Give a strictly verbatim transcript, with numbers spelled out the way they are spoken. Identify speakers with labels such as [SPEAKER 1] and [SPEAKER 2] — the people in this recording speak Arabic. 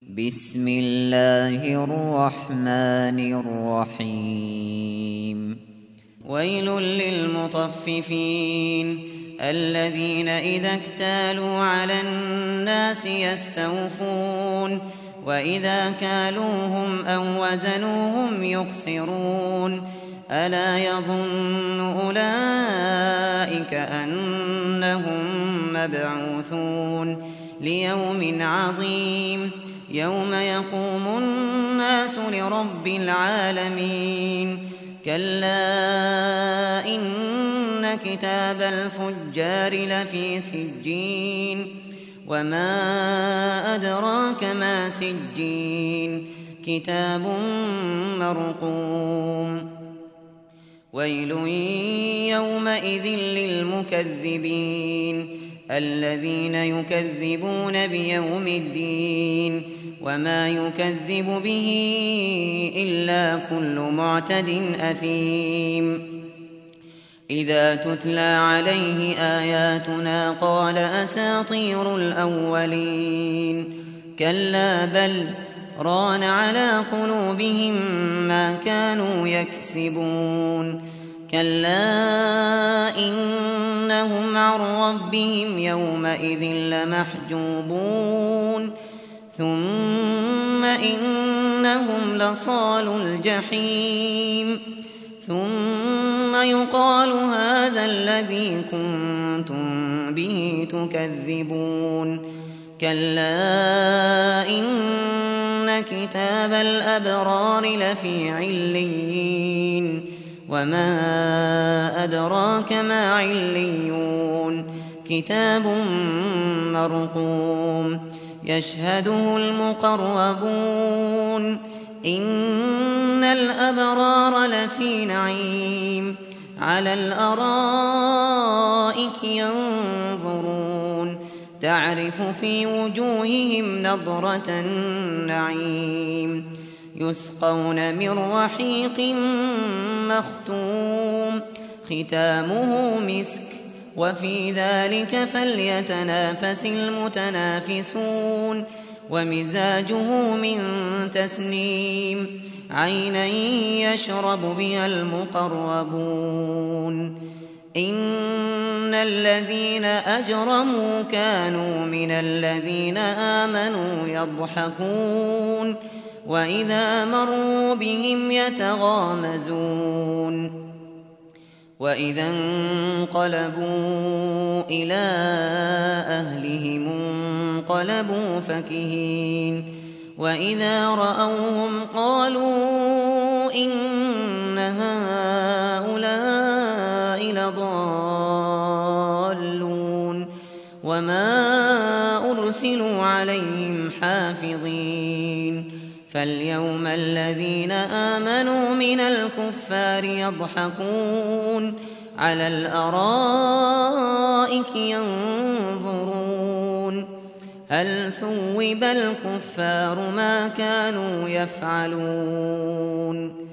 [SPEAKER 1] بسم الله الرحمن الرحيم ويل للمطففين الذين إذا اكتالوا على الناس يستوفون وإذا كالوهم أو وزنوهم يخسرون ألا يظن أولئك أنهم مبعوثون ليوم عظيم يوم يقوم الناس لرب العالمين كلا إن كتاب الفجار لفي سجين وما أدراك ما سجين كتاب مرقوم ويل يومئذ للمكذبين الذين يكذبون بيوم الدين وما يكذب به إلا كل معتد أثيم إذا تتلى عليه آياتنا قال أساطير الأولين كلا بل ران على قلوبهم ما كانوا يكسبون كلا إنهم عن ربهم يومئذ لمحجوبون ثم إنهم لصالو الجحيم ثم يقال هذا الذي كنتم به تكذبون كلا إن كتاب الأبرار لفي عليين وما أدراك ما عليون كتاب مرقوم يشهده المقربون إن الأبرار لفي نعيم على الأرائك ينظرون تعرف في وجوههم نضرة النعيم يسقون من رحيق مختوم ختامه مسك وفي ذلك فليتنافس المتنافسون ومزاجه من تسنيم عينا يشرب بها المقربون إن الذين أجرموا كانوا من الذين آمنوا يضحكون وإذا مروا بهم يتغامزون وإذا انقلبوا إلى أهلهم انقلبوا فكهين وإذا رأوهم قالوا إن هؤلاء لضالون وما أرسلوا عليهم حافظين فاليوم الذين آمنوا من الكفار يضحكون على الأرائك ينظرون هل ثوب الكفار ما كانوا يفعلون